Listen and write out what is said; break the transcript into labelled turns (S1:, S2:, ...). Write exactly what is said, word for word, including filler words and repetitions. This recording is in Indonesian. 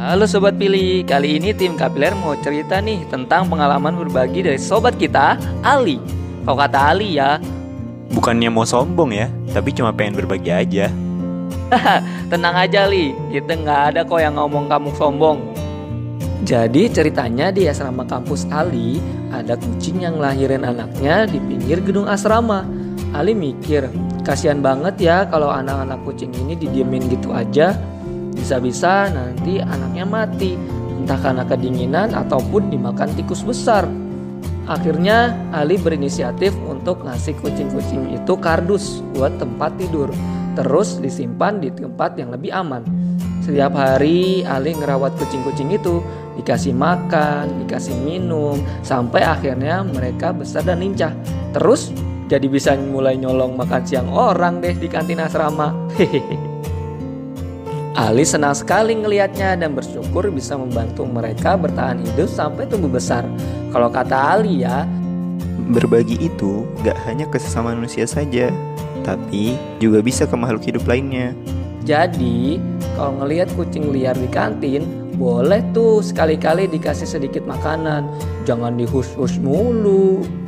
S1: Halo Sobat Pilih, kali ini tim Kapiler mau cerita nih tentang pengalaman berbagi dari sobat kita, Ali. Kalau kata Ali ya,
S2: bukannya mau sombong ya, tapi cuma pengen berbagi aja.
S1: tenang aja Ali, kita nggak ada kok yang ngomong kamu sombong. Jadi ceritanya di asrama kampus Ali, ada kucing yang lahirin anaknya di pinggir gedung asrama. Ali mikir, kasihan banget ya kalau anak-anak kucing ini didiemin gitu aja. Bisa-bisa nanti anaknya mati, entah karena kedinginan ataupun dimakan tikus besar. Akhirnya Ali berinisiatif untuk ngasih kucing-kucing itu kardus buat tempat tidur, terus disimpan di tempat yang lebih aman. Setiap hari Ali ngerawat kucing-kucing itu, dikasih makan, dikasih minum, sampai akhirnya mereka besar dan lincah. Terus jadi bisa mulai nyolong makan siang orang deh di kantin asrama. Hehehe. Ali senang sekali ngelihatnya dan bersyukur bisa membantu mereka bertahan hidup sampai tumbuh besar. Kalau kata Ali ya,
S2: berbagi itu gak hanya ke sesama manusia saja, tapi juga bisa ke makhluk hidup lainnya.
S1: Jadi kalau ngelihat kucing liar di kantin, boleh tuh sekali-kali dikasih sedikit makanan. Jangan dihus-hus mulu.